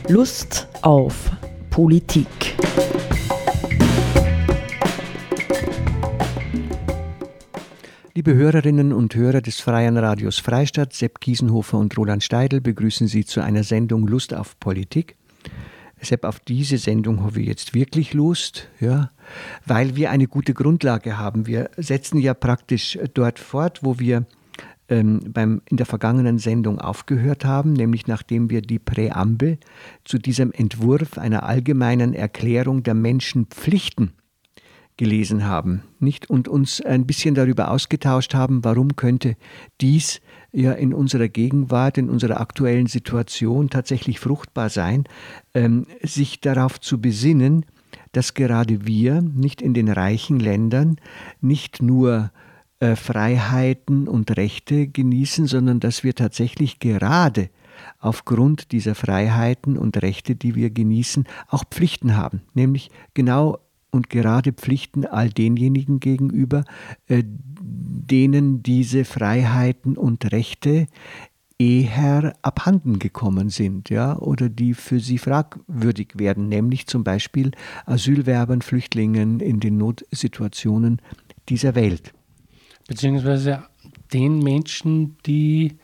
Lust auf Politik. Liebe Hörerinnen und Hörer des Freien Radios Freistadt, Sepp Kiesenhofer und Roland Steidl begrüßen Sie zu einer Sendung Lust auf Politik. Sepp, auf diese Sendung habe ich jetzt wirklich Lust, ja, weil wir eine gute Grundlage haben. Wir setzen ja praktisch dort fort, wo wir in der vergangenen Sendung aufgehört haben, nämlich nachdem wir die Präambel zu diesem Entwurf einer allgemeinen Erklärung der Menschenpflichten gelesen haben, nicht? Und uns ein bisschen darüber ausgetauscht haben, warum könnte dies ja in unserer Gegenwart, in unserer aktuellen Situation tatsächlich fruchtbar sein, sich darauf zu besinnen, dass gerade wir nicht in den reichen Ländern nicht nur Freiheiten und Rechte genießen, sondern dass wir tatsächlich gerade aufgrund dieser Freiheiten und Rechte, die wir genießen, auch Pflichten haben, nämlich genau und gerade Pflichten all denjenigen gegenüber, denen diese Freiheiten und Rechte eher abhanden gekommen sind, ja, oder die für sie fragwürdig werden, nämlich zum Beispiel Asylwerbern, Flüchtlingen in den Notsituationen dieser Welt. Beziehungsweise den Menschen, die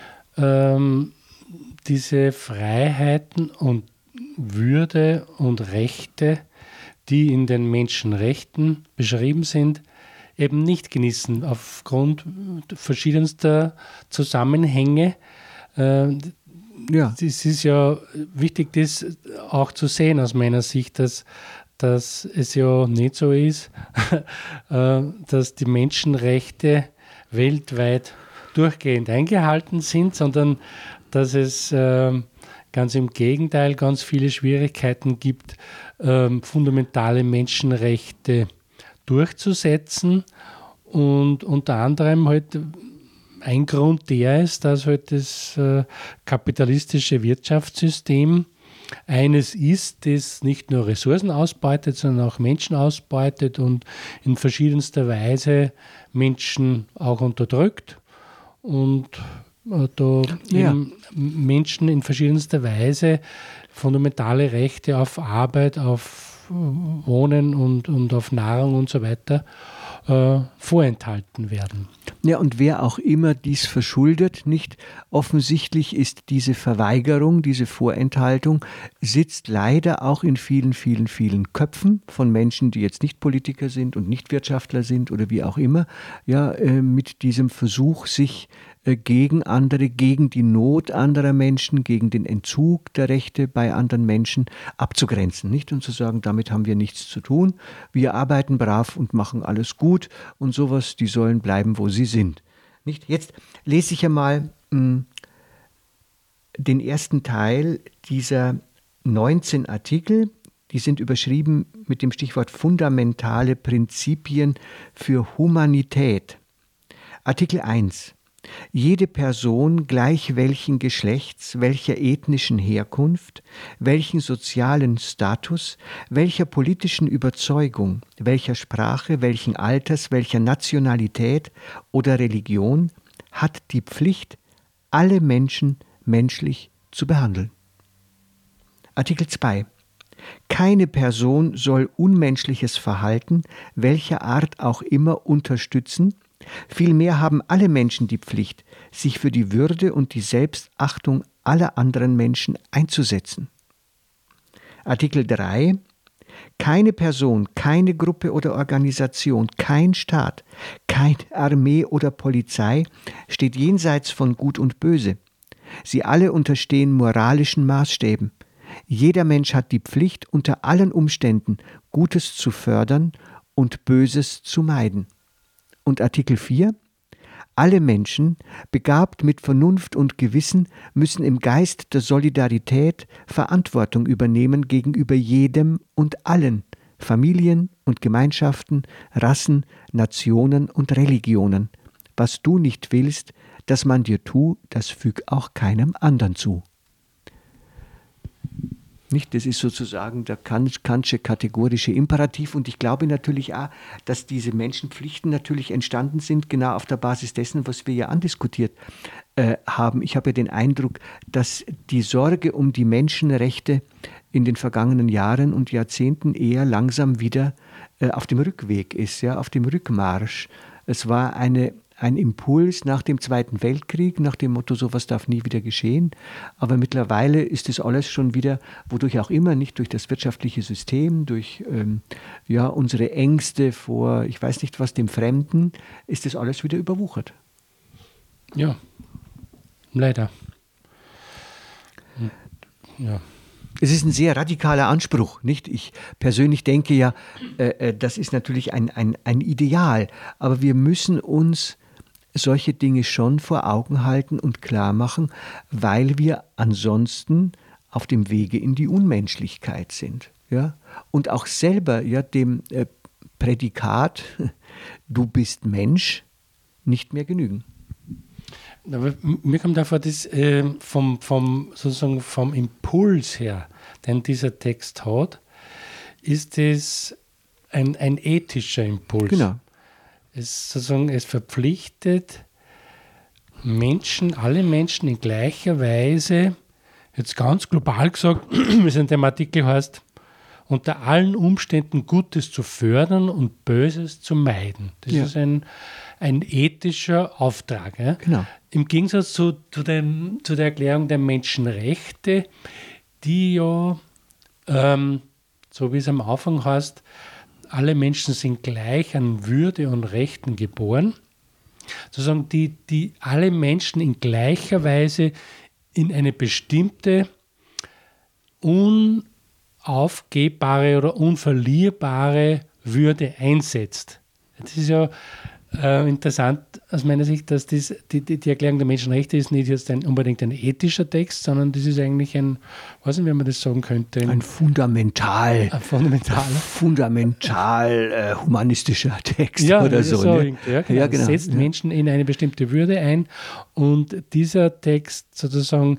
diese Freiheiten und Würde und Rechte, die in den Menschenrechten beschrieben sind, eben nicht genießen, aufgrund verschiedenster Zusammenhänge. Ja. Es ist ja wichtig, das auch zu sehen aus meiner Sicht, dass es ja nicht so ist, dass die Menschenrechte weltweit durchgehend eingehalten sind, sondern dass es ganz im Gegenteil ganz viele Schwierigkeiten gibt, fundamentale Menschenrechte durchzusetzen. Und unter anderem halt ein Grund der ist, dass halt das kapitalistische Wirtschaftssystem eines ist, das nicht nur Ressourcen ausbeutet, sondern auch Menschen ausbeutet und in verschiedenster Weise Menschen auch unterdrückt und Menschen in verschiedenster Weise fundamentale Rechte auf Arbeit, auf Wohnen und auf Nahrung und so weiter vorenthalten werden. Ja, und wer auch immer dies verschuldet, nicht offensichtlich ist diese Verweigerung, diese Vorenthaltung, sitzt leider auch in vielen, vielen, vielen Köpfen von Menschen, die jetzt nicht Politiker sind und nicht Wirtschaftler sind oder wie auch immer, ja, mit diesem Versuch, sich gegen andere, gegen die Not anderer Menschen, gegen den Entzug der Rechte bei anderen Menschen abzugrenzen, nicht? Und zu sagen, damit haben wir nichts zu tun. Wir arbeiten brav und machen alles gut und sowas, die sollen bleiben, wo sie sind. Nicht? Jetzt lese ich einmal den ersten Teil dieser 19 Artikel. Die sind überschrieben mit dem Stichwort fundamentale Prinzipien für Humanität. Artikel 1. Jede Person gleich welchen Geschlechts, welcher ethnischen Herkunft, welchen sozialen Status, welcher politischen Überzeugung, welcher Sprache, welchen Alters, welcher Nationalität oder Religion hat die Pflicht, alle Menschen menschlich zu behandeln. Artikel 2. Keine Person soll unmenschliches Verhalten, welcher Art auch immer, unterstützen. Vielmehr haben alle Menschen die Pflicht, sich für die Würde und die Selbstachtung aller anderen Menschen einzusetzen. Artikel 3. Keine Person, keine Gruppe oder Organisation, kein Staat, keine Armee oder Polizei steht jenseits von Gut und Böse. Sie alle unterstehen moralischen Maßstäben. Jeder Mensch hat die Pflicht, unter allen Umständen Gutes zu fördern und Böses zu meiden. Und Artikel 4. Alle Menschen, begabt mit Vernunft und Gewissen, müssen im Geist der Solidarität Verantwortung übernehmen gegenüber jedem und allen, Familien und Gemeinschaften, Rassen, Nationen und Religionen. Was du nicht willst, dass man dir tu, das füg auch keinem anderen zu. Nicht? Das ist sozusagen der Kantsche kategorische Imperativ. Und ich glaube natürlich auch, dass diese Menschenpflichten natürlich entstanden sind, genau auf der Basis dessen, was wir ja andiskutiert haben. Ich habe ja den Eindruck, dass die Sorge um die Menschenrechte in den vergangenen Jahren und Jahrzehnten eher langsam wieder auf dem Rückweg ist, ja, auf dem Rückmarsch. Es war ein Impuls nach dem Zweiten Weltkrieg, nach dem Motto, sowas darf nie wieder geschehen. Aber mittlerweile ist das alles schon wieder, wodurch auch immer, nicht durch das wirtschaftliche System, durch unsere Ängste vor, ich weiß nicht was, dem Fremden, ist das alles wieder überwuchert. Ja, leider. Ja. Es ist ein sehr radikaler Anspruch, nicht? Ich persönlich denke ja, das ist natürlich ein Ideal, aber wir müssen uns solche Dinge schon vor Augen halten und klar machen, weil wir ansonsten auf dem Wege in die Unmenschlichkeit sind. Ja? Und auch selber dem Prädikat, du bist Mensch, nicht mehr genügen. Aber mir kommt davor, dass sozusagen vom Impuls her, den dieser Text hat, ist es ein ethischer Impuls. Genau. Es verpflichtet alle Menschen in gleicher Weise, jetzt ganz global gesagt, wie es in dem Artikel heißt, unter allen Umständen Gutes zu fördern und Böses zu meiden. Das ist ein ethischer Auftrag. Ja? Genau. Im Gegensatz zu der Erklärung der Menschenrechte, die ja, so wie es am Anfang heißt, alle Menschen sind gleich an Würde und Rechten geboren, sozusagen die alle Menschen in gleicher Weise in eine bestimmte unaufgebbare oder unverlierbare Würde einsetzt. Das ist ja interessant aus meiner Sicht, dass die Erklärung der Menschenrechte ist nicht jetzt unbedingt ein ethischer Text, sondern das ist eigentlich ein, weiß nicht, wie man das sagen könnte. Ein fundamental humanistischer Text oder so. Ne? Genau. Setzt Menschen in eine bestimmte Würde ein und dieser Text sozusagen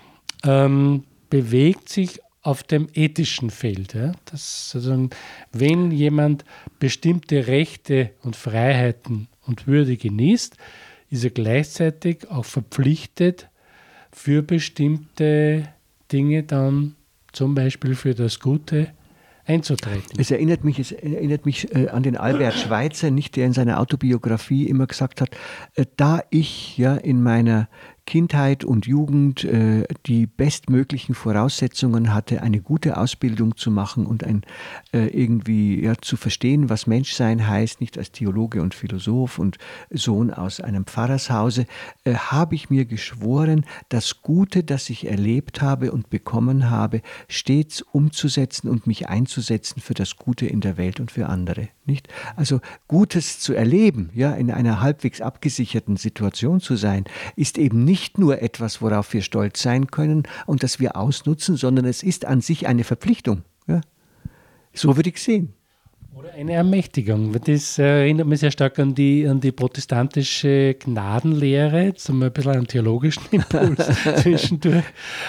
bewegt sich auf dem ethischen Feld. Ja? Das sozusagen, wenn jemand bestimmte Rechte und Freiheiten und Würde genießt, ist er gleichzeitig auch verpflichtet, für bestimmte Dinge dann zum Beispiel für das Gute einzutreten. Es erinnert mich an den Albert Schweitzer, nicht, der in seiner Autobiografie immer gesagt hat, da ich in meiner Kindheit und Jugend die bestmöglichen Voraussetzungen hatte, eine gute Ausbildung zu machen und irgendwie zu verstehen, was Menschsein heißt, nicht als Theologe und Philosoph und Sohn aus einem Pfarrershause, habe ich mir geschworen, das Gute, das ich erlebt habe und bekommen habe, stets umzusetzen und mich einzusetzen für das Gute in der Welt und für andere. Nicht? Also Gutes zu erleben, in einer halbwegs abgesicherten Situation zu sein, ist eben nicht nur etwas, worauf wir stolz sein können und das wir ausnutzen, sondern es ist an sich eine Verpflichtung. Ja? So würde ich sehen. Oder eine Ermächtigung. Das erinnert mich sehr stark an die protestantische Gnadenlehre, jetzt haben wir ein bisschen einen theologischen Impuls zwischendurch,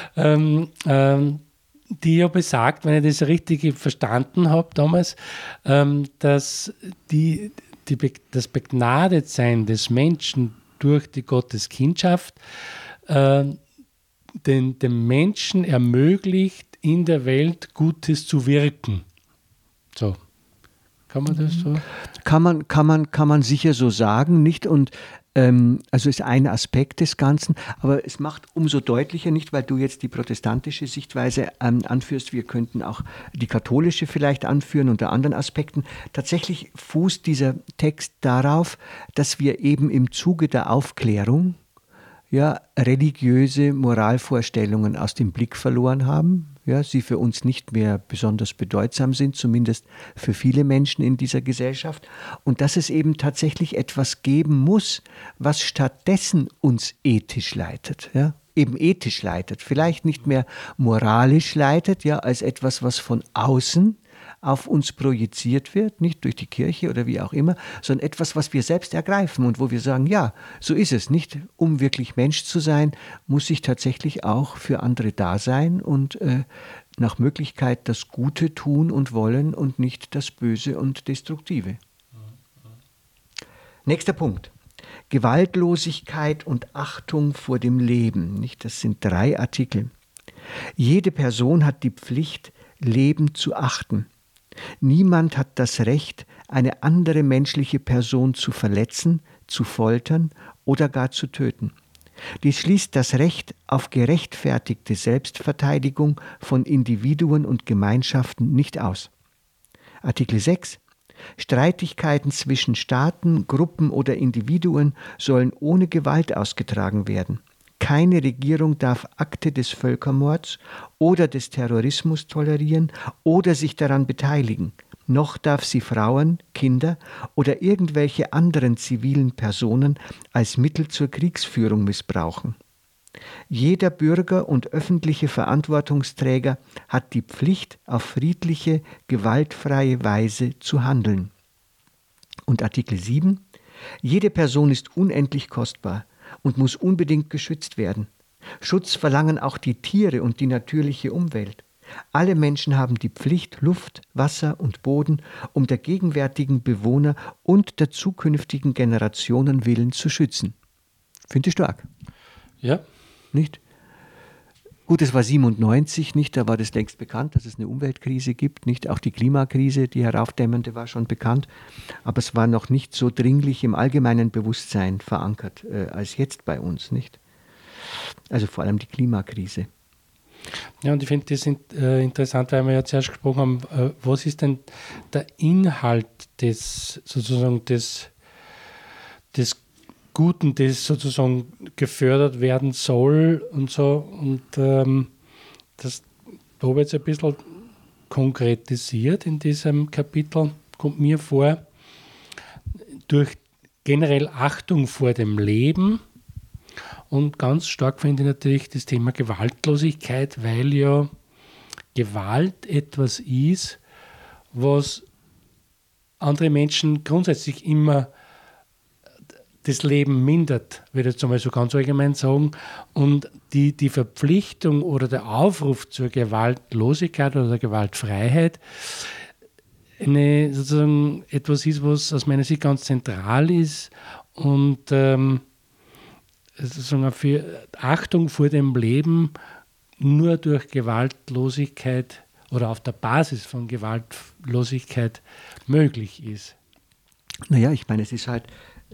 die ja besagt, wenn ich das richtig verstanden habe damals, dass das Begnadetsein des Menschen durch die Gotteskindschaft dem Menschen ermöglicht, in der Welt Gutes zu wirken. So. Kann man das so? Kann man sicher so sagen, nicht? Und also ist ein Aspekt des Ganzen, aber es macht umso deutlicher, nicht, weil du jetzt die protestantische Sichtweise anführst, wir könnten auch die katholische vielleicht anführen unter anderen Aspekten. Tatsächlich fußt dieser Text darauf, dass wir eben im Zuge der Aufklärung religiöse Moralvorstellungen aus dem Blick verloren haben, sie für uns nicht mehr besonders bedeutsam sind, zumindest für viele Menschen in dieser Gesellschaft, und dass es eben tatsächlich etwas geben muss, was stattdessen uns ethisch leitet, eben ethisch leitet, vielleicht nicht mehr moralisch leitet, als etwas, was von außen auf uns projiziert wird, nicht durch die Kirche oder wie auch immer, sondern etwas, was wir selbst ergreifen und wo wir sagen, ja, so ist es, nicht? Um wirklich Mensch zu sein, muss ich tatsächlich auch für andere da sein und nach Möglichkeit das Gute tun und wollen und nicht das Böse und Destruktive. Nächster Punkt. Gewaltlosigkeit und Achtung vor dem Leben. Nicht? Das sind 3 Artikel. Jede Person hat die Pflicht, Leben zu achten. Niemand hat das Recht, eine andere menschliche Person zu verletzen, zu foltern oder gar zu töten. Dies schließt das Recht auf gerechtfertigte Selbstverteidigung von Individuen und Gemeinschaften nicht aus. Artikel 6. Streitigkeiten zwischen Staaten, Gruppen oder Individuen sollen ohne Gewalt ausgetragen werden. Keine Regierung darf Akte des Völkermords oder des Terrorismus tolerieren oder sich daran beteiligen. Noch darf sie Frauen, Kinder oder irgendwelche anderen zivilen Personen als Mittel zur Kriegsführung missbrauchen. Jeder Bürger und öffentliche Verantwortungsträger hat die Pflicht, auf friedliche, gewaltfreie Weise zu handeln. Und Artikel 7. Jede Person ist unendlich kostbar und muss unbedingt geschützt werden. Schutz verlangen auch die Tiere und die natürliche Umwelt. Alle Menschen haben die Pflicht, Luft, Wasser und Boden um der gegenwärtigen Bewohner und der zukünftigen Generationen willen zu schützen. Finde ich stark. Ja. Nicht? Gut, es war 97, nicht? Da war das längst bekannt, dass es eine Umweltkrise gibt. Nicht? Auch die Klimakrise, die heraufdämmernde, war schon bekannt. Aber es war noch nicht so dringlich im allgemeinen Bewusstsein verankert als jetzt bei uns. Nicht? Also vor allem die Klimakrise. Ja, und ich finde das interessant, weil wir ja zuerst gesprochen haben, was ist denn der Inhalt des Guten, das sozusagen gefördert werden soll und so. Und das habe ich jetzt ein bisschen konkretisiert in diesem Kapitel, kommt mir vor, durch generell Achtung vor dem Leben. Und ganz stark finde ich natürlich das Thema Gewaltlosigkeit, weil ja Gewalt etwas ist, was andere Menschen grundsätzlich immer das Leben mindert, würde ich jetzt einmal so ganz allgemein sagen. Und die Verpflichtung oder der Aufruf zur Gewaltlosigkeit oder der Gewaltfreiheit sozusagen etwas ist, was aus meiner Sicht ganz zentral ist und sozusagen für Achtung vor dem Leben nur durch Gewaltlosigkeit oder auf der Basis von Gewaltlosigkeit möglich ist. Naja, ich meine, es ist halt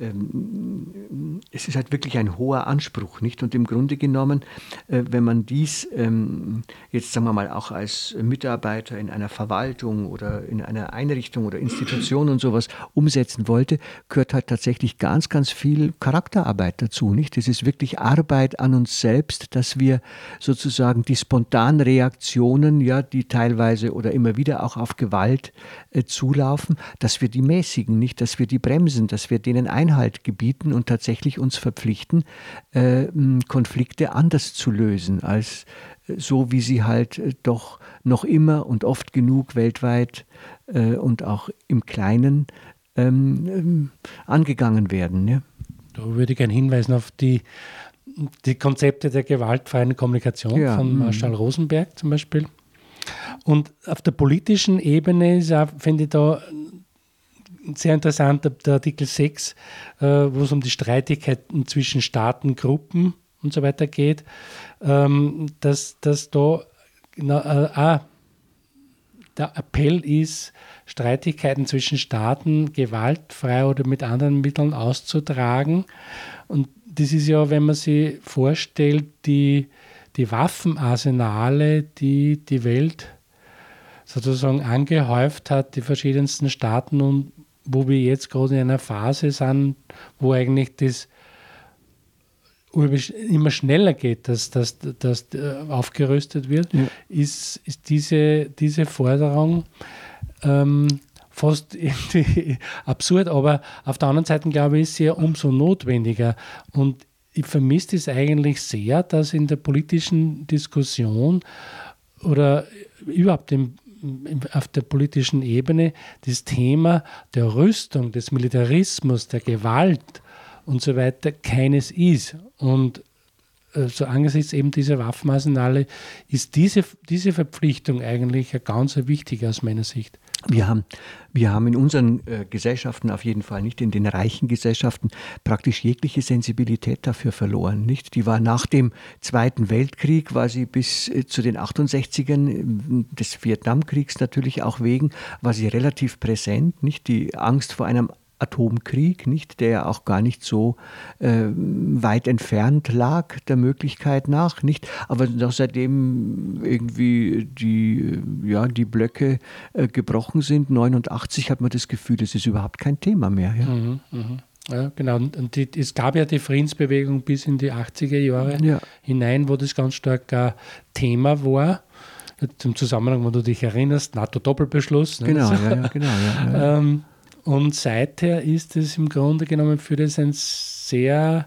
wirklich ein hoher Anspruch, nicht? Und im Grunde genommen, wenn man dies jetzt, sagen wir mal, auch als Mitarbeiter in einer Verwaltung oder in einer Einrichtung oder Institution und sowas umsetzen wollte, gehört halt tatsächlich ganz, ganz viel Charakterarbeit dazu, nicht? Das ist wirklich Arbeit an uns selbst, dass wir sozusagen die spontanen Reaktionen, ja, die teilweise oder immer wieder auch auf Gewalt zulaufen, dass wir die mäßigen, nicht? Dass wir die bremsen, dass wir denen Einhalt gebieten und tatsächlich uns verpflichten, Konflikte anders zu lösen, als so, wie sie halt doch noch immer und oft genug weltweit und auch im Kleinen angegangen werden. Ja? Da würde ich gerne hinweisen auf die Konzepte der gewaltfreien Kommunikation von Marshall Rosenberg zum Beispiel. Und auf der politischen Ebene ist auch, finde ich, da sehr interessant, der Artikel 6, wo es um die Streitigkeiten zwischen Staaten, Gruppen und so weiter geht, dass da der Appell ist, Streitigkeiten zwischen Staaten gewaltfrei oder mit anderen Mitteln auszutragen. Und das ist ja, wenn man sich vorstellt, die Waffenarsenale, die die Welt sozusagen angehäuft hat, die verschiedensten Staaten, und wo wir jetzt gerade in einer Phase sind, wo eigentlich das immer schneller geht, dass aufgerüstet wird, ist diese Forderung fast irgendwie absurd, aber auf der anderen Seite, glaube ich, ist sie ja umso notwendiger. Und ich vermisse es eigentlich sehr, dass in der politischen Diskussion oder überhaupt auf der politischen Ebene das Thema der Rüstung, des Militarismus, der Gewalt und so weiter keines ist. Und so angesichts eben dieser Waffenarsenale ist diese Verpflichtung eigentlich eine ganz wichtige aus meiner Sicht. Wir haben in unseren Gesellschaften, auf jeden Fall nicht in den reichen Gesellschaften, praktisch jegliche Sensibilität dafür verloren. Nicht? Die war nach dem Zweiten Weltkrieg, war sie bis zu den 68ern des Vietnamkriegs natürlich auch wegen, war sie relativ präsent. Nicht? Die Angst vor einem Atomkrieg, nicht, der ja auch gar nicht so weit entfernt lag der Möglichkeit nach, nicht, aber noch seitdem irgendwie die Blöcke gebrochen sind, 89, hat man das Gefühl, es ist überhaupt kein Thema mehr. Ja, Ja, genau. Und es gab ja die Friedensbewegung bis in die 80er Jahre hinein, wo das ganz stark ein Thema war. Im Zusammenhang, wo du dich erinnerst, NATO-Doppelbeschluss. Genau, ja. Und seither ist es im Grunde genommen für das ein sehr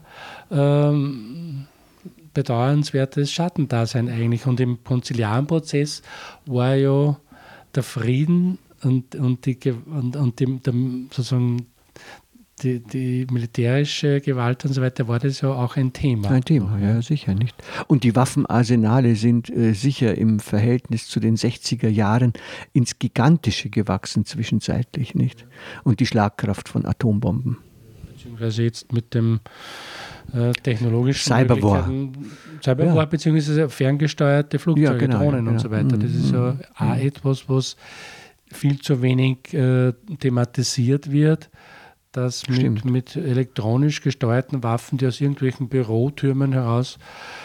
bedauernswertes Schattendasein eigentlich. Und im Konziliarenprozess war ja der Frieden und sozusagen die militärische Gewalt und so weiter, war das ja auch ein Thema. Ein Thema, ja, sicher nicht. Und die Waffenarsenale sind sicher im Verhältnis zu den 60er Jahren ins Gigantische gewachsen zwischenzeitlich, nicht? Und die Schlagkraft von Atombomben. Beziehungsweise jetzt mit dem technologischen Cyberwar, beziehungsweise ferngesteuerte Flugzeuge, Drohnen und so weiter. Das ist ja auch etwas, was viel zu wenig thematisiert wird, dass mit elektronisch gesteuerten Waffen, die aus irgendwelchen Bürotürmen heraus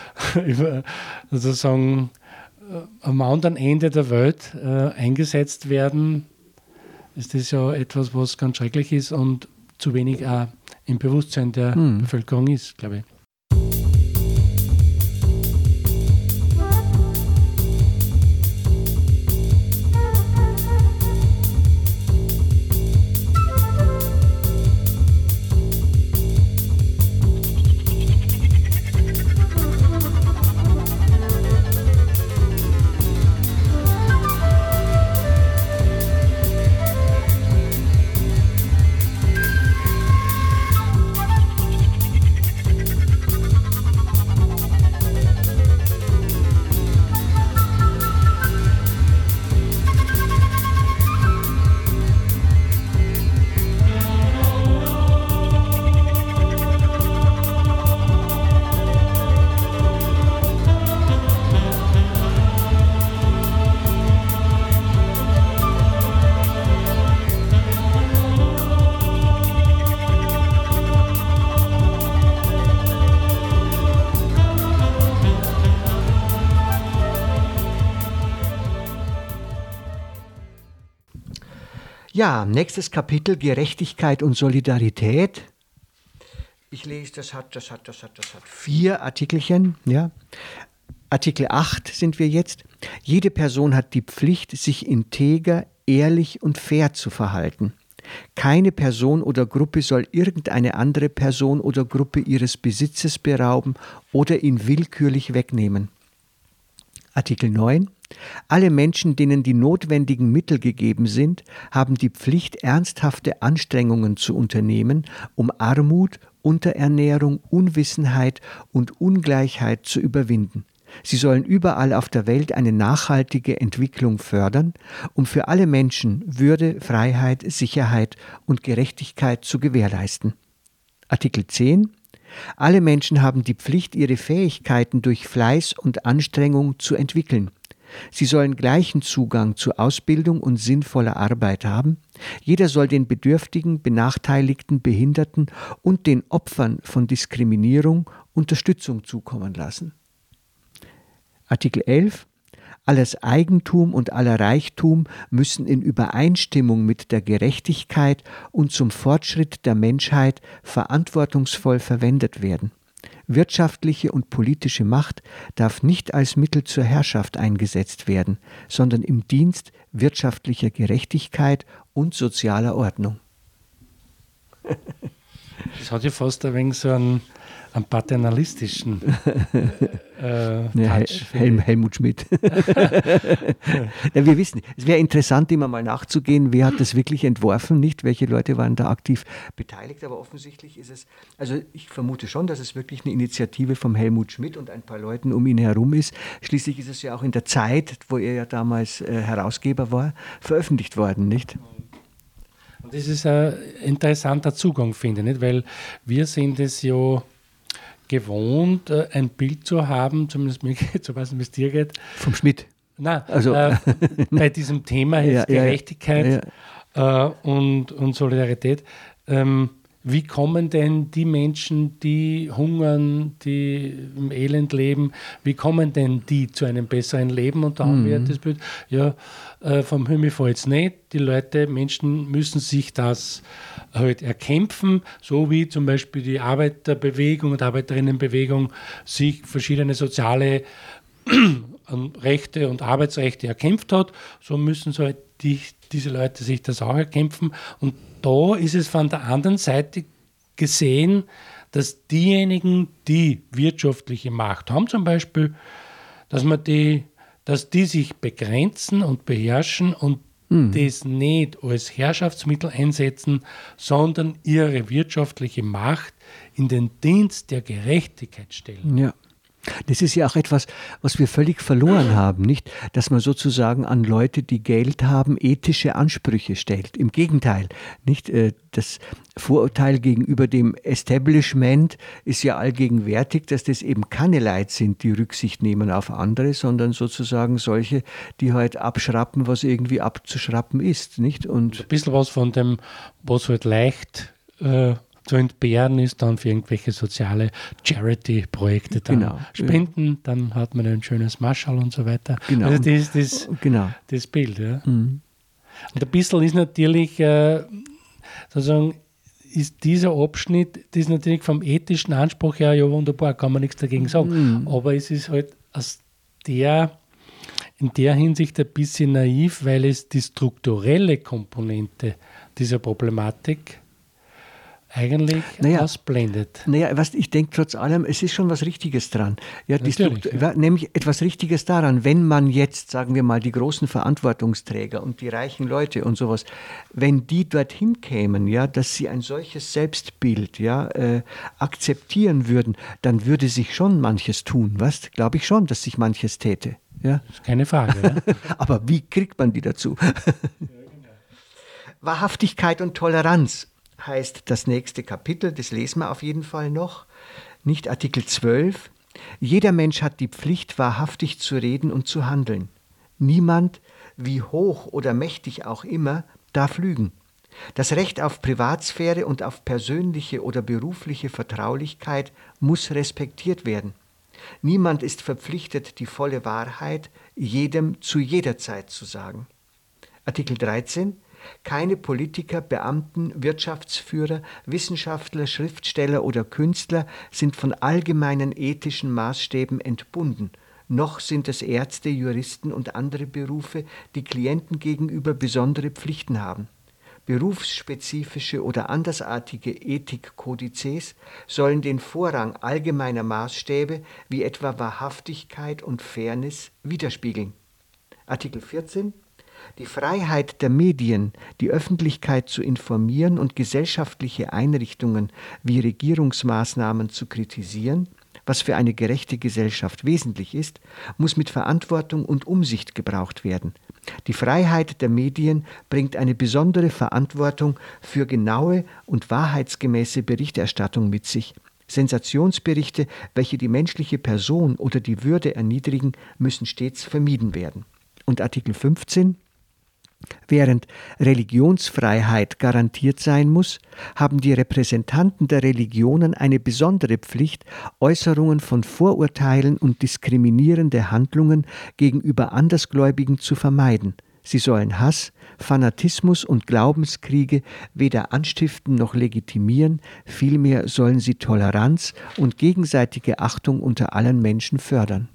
sozusagen am anderen Ende der Welt eingesetzt werden, ist das ja etwas, was ganz schrecklich ist und zu wenig auch im Bewusstsein der Bevölkerung ist, glaube ich. Ja, nächstes Kapitel, Gerechtigkeit und Solidarität. Ich lese, das hat 4 Artikelchen. Ja. Artikel 8 sind wir jetzt. Jede Person hat die Pflicht, sich integer, ehrlich und fair zu verhalten. Keine Person oder Gruppe soll irgendeine andere Person oder Gruppe ihres Besitzes berauben oder ihn willkürlich wegnehmen. Artikel 9. Alle Menschen, denen die notwendigen Mittel gegeben sind, haben die Pflicht, ernsthafte Anstrengungen zu unternehmen, um Armut, Unterernährung, Unwissenheit und Ungleichheit zu überwinden. Sie sollen überall auf der Welt eine nachhaltige Entwicklung fördern, um für alle Menschen Würde, Freiheit, Sicherheit und Gerechtigkeit zu gewährleisten. Artikel 10. Alle Menschen haben die Pflicht, ihre Fähigkeiten durch Fleiß und Anstrengung zu entwickeln. Sie sollen gleichen Zugang zu Ausbildung und sinnvoller Arbeit haben. Jeder soll den Bedürftigen, Benachteiligten, Behinderten und den Opfern von Diskriminierung Unterstützung zukommen lassen. Artikel 11. Alles Eigentum und aller Reichtum müssen in Übereinstimmung mit der Gerechtigkeit und zum Fortschritt der Menschheit verantwortungsvoll verwendet werden. Wirtschaftliche und politische Macht darf nicht als Mittel zur Herrschaft eingesetzt werden, sondern im Dienst wirtschaftlicher Gerechtigkeit und sozialer Ordnung. Das hat ja fast ein wenig so einen einen paternalistischen Touch. Helmut Schmidt. Ja, wir wissen, es wäre interessant, immer mal nachzugehen, wer hat das wirklich entworfen, nicht? Welche Leute waren da aktiv beteiligt, aber offensichtlich ist es, also ich vermute schon, dass es wirklich eine Initiative vom Helmut Schmidt und ein paar Leuten um ihn herum ist. Schließlich ist es ja auch in der Zeit, wo er ja damals Herausgeber war, veröffentlicht worden, nicht? Und das ist ein interessanter Zugang, finde ich, nicht? Weil wir sind es ja gewohnt, ein Bild zu haben, zumindest mir geht, so was es dir geht. Vom Schmidt. Nein, also, bei diesem Thema jetzt Gerechtigkeit und Solidarität. Wie kommen denn die Menschen, die hungern, die im Elend leben, wie kommen denn die zu einem besseren Leben? Und da haben wir das Bild, vom Himmel fällt es nicht. Die Menschen müssen sich das halt erkämpfen, so wie zum Beispiel die Arbeiterbewegung und Arbeiterinnenbewegung sich verschiedene soziale Rechte und Arbeitsrechte erkämpft hat, so müssen so halt diese Leute sich das auch erkämpfen. Und da ist es von der anderen Seite gesehen, dass diejenigen, die wirtschaftliche Macht haben, zum Beispiel, dass die sich begrenzen und beherrschen und das nicht als Herrschaftsmittel einsetzen, sondern ihre wirtschaftliche Macht in den Dienst der Gerechtigkeit stellen. Ja. Das ist ja auch etwas, was wir völlig verloren haben, nicht? Dass man sozusagen an Leute, die Geld haben, ethische Ansprüche stellt. Im Gegenteil, nicht? Das Vorurteil gegenüber dem Establishment ist ja allgegenwärtig, dass das eben keine Leute sind, die Rücksicht nehmen auf andere, sondern sozusagen solche, die halt abschrappen, was irgendwie abzuschrappen ist, nicht? Und ein bisschen was von dem, was halt leicht zu entbehren ist, dann für irgendwelche soziale Charity-Projekte dann spenden, dann hat man ein schönes Marschall und so weiter. Genau. Also das ist das Bild. Ja. Und ein bisschen ist natürlich, sozusagen, ist dieser Abschnitt, das ist natürlich vom ethischen Anspruch her, ja wunderbar, kann man nichts dagegen sagen, aber es ist halt in der Hinsicht ein bisschen naiv, weil es die strukturelle Komponente dieser Problematik eigentlich ausblendet. Ich denke trotz allem, es ist schon was Richtiges dran. Ja, nämlich etwas Richtiges daran, wenn man jetzt, sagen wir mal, die großen Verantwortungsträger und die reichen Leute und sowas, wenn die dorthin kämen, ja, dass sie ein solches Selbstbild akzeptieren würden, dann würde sich schon manches tun, was? Glaube ich schon, dass sich manches täte. Ja? Das ist keine Frage. Ja? Aber wie kriegt man die dazu? Wahrhaftigkeit und Toleranz heißt das nächste Kapitel, das lesen wir auf jeden Fall noch, nicht Artikel 12. Jeder Mensch hat die Pflicht, wahrhaftig zu reden und zu handeln. Niemand, wie hoch oder mächtig auch immer, darf lügen. Das Recht auf Privatsphäre und auf persönliche oder berufliche Vertraulichkeit muss respektiert werden. Niemand ist verpflichtet, die volle Wahrheit jedem zu jeder Zeit zu sagen. Artikel 13. Keine Politiker, Beamten, Wirtschaftsführer, Wissenschaftler, Schriftsteller oder Künstler sind von allgemeinen ethischen Maßstäben entbunden, noch sind es Ärzte, Juristen und andere Berufe, die Klienten gegenüber besondere Pflichten haben. Berufsspezifische oder andersartige Ethikkodizes sollen den Vorrang allgemeiner Maßstäbe wie etwa Wahrhaftigkeit und Fairness widerspiegeln. Artikel 14. Die Freiheit der Medien, die Öffentlichkeit zu informieren und gesellschaftliche Einrichtungen wie Regierungsmaßnahmen zu kritisieren, was für eine gerechte Gesellschaft wesentlich ist, muss mit Verantwortung und Umsicht gebraucht werden. Die Freiheit der Medien bringt eine besondere Verantwortung für genaue und wahrheitsgemäße Berichterstattung mit sich. Sensationsberichte, welche die menschliche Person oder die Würde erniedrigen, müssen stets vermieden werden. Und Artikel 15. Während Religionsfreiheit garantiert sein muss, haben die Repräsentanten der Religionen eine besondere Pflicht, Äußerungen von Vorurteilen und diskriminierende Handlungen gegenüber Andersgläubigen zu vermeiden. Sie sollen Hass, Fanatismus und Glaubenskriege weder anstiften noch legitimieren, vielmehr sollen sie Toleranz und gegenseitige Achtung unter allen Menschen fördern.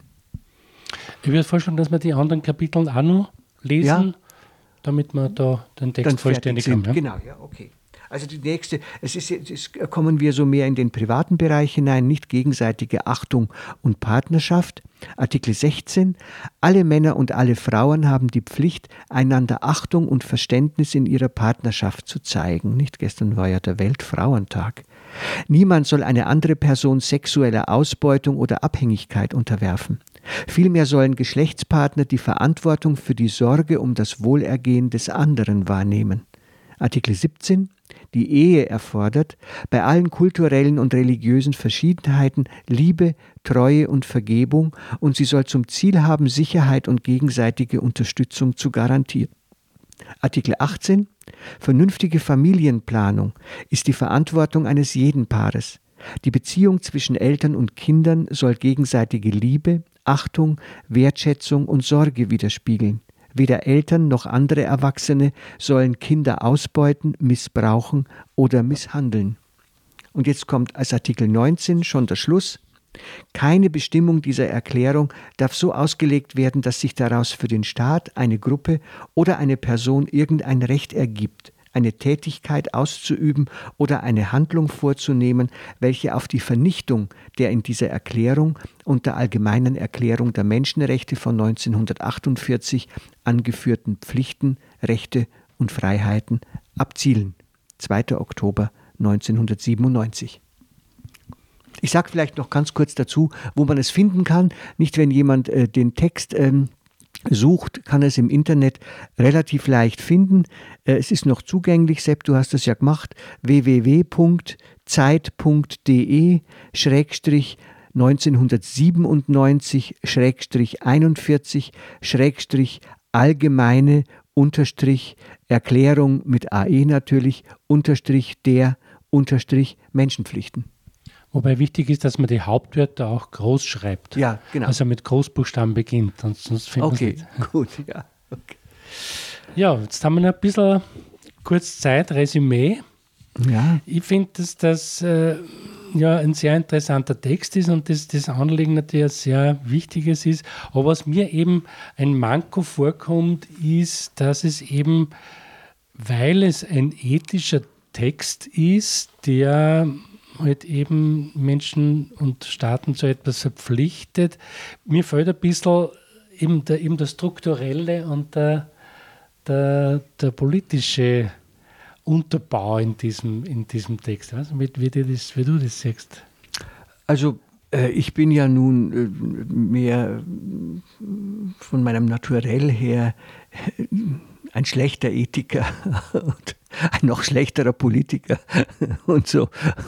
Ich würde vorschlagen, dass wir die anderen Kapitel auch noch lesen, damit wir da den Text vollständig haben. Ja? Genau, ja, okay. Also die nächste, jetzt kommen wir so mehr in den privaten Bereich hinein, nicht gegenseitige Achtung und Partnerschaft. Artikel 16. Alle Männer und alle Frauen haben die Pflicht, einander Achtung und Verständnis in ihrer Partnerschaft zu zeigen. Nicht? Gestern war ja der Weltfrauentag. Niemand soll eine andere Person sexueller Ausbeutung oder Abhängigkeit unterwerfen. Vielmehr sollen Geschlechtspartner die Verantwortung für die Sorge um das Wohlergehen des anderen wahrnehmen. Artikel 17. Die Ehe erfordert, bei allen kulturellen und religiösen Verschiedenheiten Liebe, Treue und Vergebung, und sie soll zum Ziel haben, Sicherheit und gegenseitige Unterstützung zu garantieren. Artikel 18. Vernünftige Familienplanung ist die Verantwortung eines jeden Paares. Die Beziehung zwischen Eltern und Kindern soll gegenseitige Liebe, Achtung, Wertschätzung und Sorge widerspiegeln. Weder Eltern noch andere Erwachsene sollen Kinder ausbeuten, missbrauchen oder misshandeln. Und jetzt kommt als Artikel 19 schon der Schluss. Keine Bestimmung dieser Erklärung darf so ausgelegt werden, dass sich daraus für den Staat, eine Gruppe oder eine Person irgendein Recht ergibt, eine Tätigkeit auszuüben oder eine Handlung vorzunehmen, welche auf die Vernichtung der in dieser Erklärung und der Allgemeinen Erklärung der Menschenrechte von 1948 angeführten Pflichten, Rechte und Freiheiten abzielen. 2. Oktober 1997. Ich sage vielleicht noch ganz kurz dazu, wo man es finden kann. Nicht, wenn jemand den Text sucht, kann es im Internet relativ leicht finden. Es ist noch zugänglich. Sepp, du hast das ja gemacht. www.zeit.de/1997/allgemeine_Erklärung mit AE natürlich _der_Menschenpflichten. Wobei wichtig ist, dass man die Hauptwörter auch groß schreibt. Ja, genau. Also mit Großbuchstaben beginnt. Sonst findet man es nicht. Gut, ja. Okay. Ja, jetzt haben wir noch ein bisschen kurz Zeit, Resümee. Ja. Ich finde, dass das ein sehr interessanter Text ist und das Anliegen natürlich ein sehr wichtiges ist. Aber was mir eben ein Manko vorkommt, ist, dass es eben, weil es ein ethischer Text ist, der halt eben Menschen und Staaten zu etwas verpflichtet. Mir fehlt ein bisschen eben der strukturelle und der politische Unterbau in diesem Text. Also wie du das siehst. Also ich bin ja nun mehr von meinem Naturell her ein schlechter Ethiker und ein noch schlechterer Politiker und so.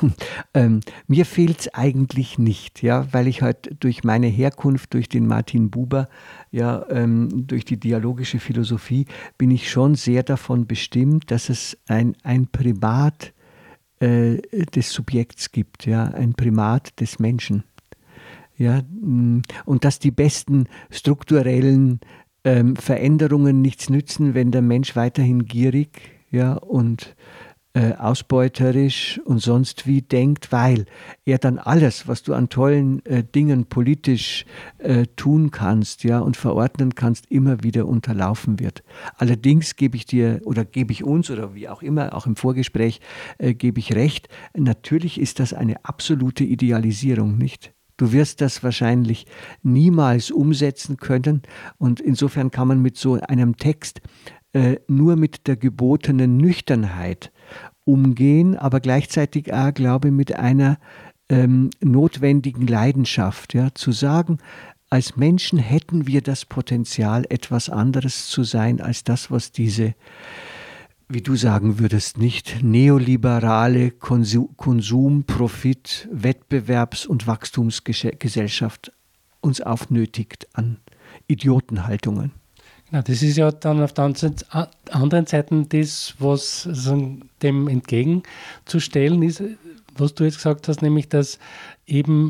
Mir fehlt es eigentlich nicht, ja, weil ich halt durch meine Herkunft, durch den Martin Buber, ja, durch die dialogische Philosophie, bin ich schon sehr davon bestimmt, dass es ein Primat des Subjekts gibt, ja, ein Primat des Menschen. Ja, und dass die besten strukturellen Veränderungen nichts nützen, wenn der Mensch weiterhin gierig, ja, und ausbeuterisch und sonst wie denkt, weil er dann alles, was du an tollen Dingen politisch tun kannst, ja, und verordnen kannst, immer wieder unterlaufen wird. Allerdings gebe ich dir oder gebe ich uns oder wie auch immer, auch im Vorgespräch gebe ich recht, natürlich ist das eine absolute Idealisierung, nicht? Du wirst das wahrscheinlich niemals umsetzen können und insofern kann man mit so einem Text nur mit der gebotenen Nüchternheit umgehen, aber gleichzeitig auch, glaube ich, mit einer notwendigen Leidenschaft, ja, zu sagen, als Menschen hätten wir das Potenzial, etwas anderes zu sein als das, was diese, wie du sagen würdest, nicht neoliberale Konsum-, Profit-, Wettbewerbs- und Wachstumsgesellschaft uns aufnötigt an Idiotenhaltungen. Genau, das ist ja dann auf der anderen Seite das, was dem entgegenzustellen ist, was du jetzt gesagt hast, nämlich dass eben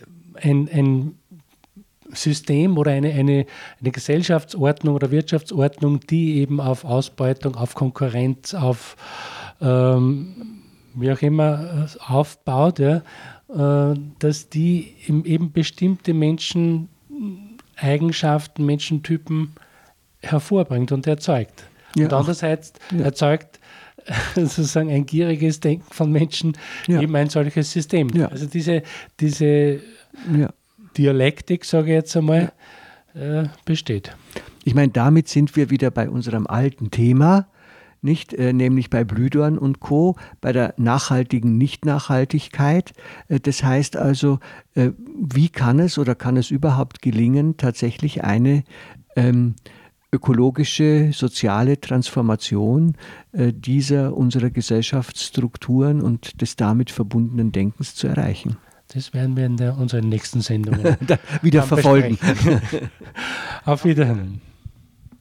ein System oder eine Gesellschaftsordnung oder Wirtschaftsordnung, die eben auf Ausbeutung, auf Konkurrenz, auf wie auch immer aufbaut, ja, dass die eben bestimmte Menscheneigenschaften, Menschentypen hervorbringt und erzeugt. Ja, und andererseits erzeugt sozusagen ein gieriges Denken von Menschen eben ein solches System. Ja. Also diese Dialektik, sage ich jetzt einmal, besteht. Ich meine, damit sind wir wieder bei unserem alten Thema, nicht, nämlich bei Blühdorn und Co., bei der nachhaltigen Nicht-Nachhaltigkeit. Das heißt also, wie kann es überhaupt gelingen, tatsächlich eine ökologische, soziale Transformation unserer Gesellschaftsstrukturen und des damit verbundenen Denkens zu erreichen? Das werden wir in unseren nächsten Sendungen wieder verfolgen. Auf Wiederhören.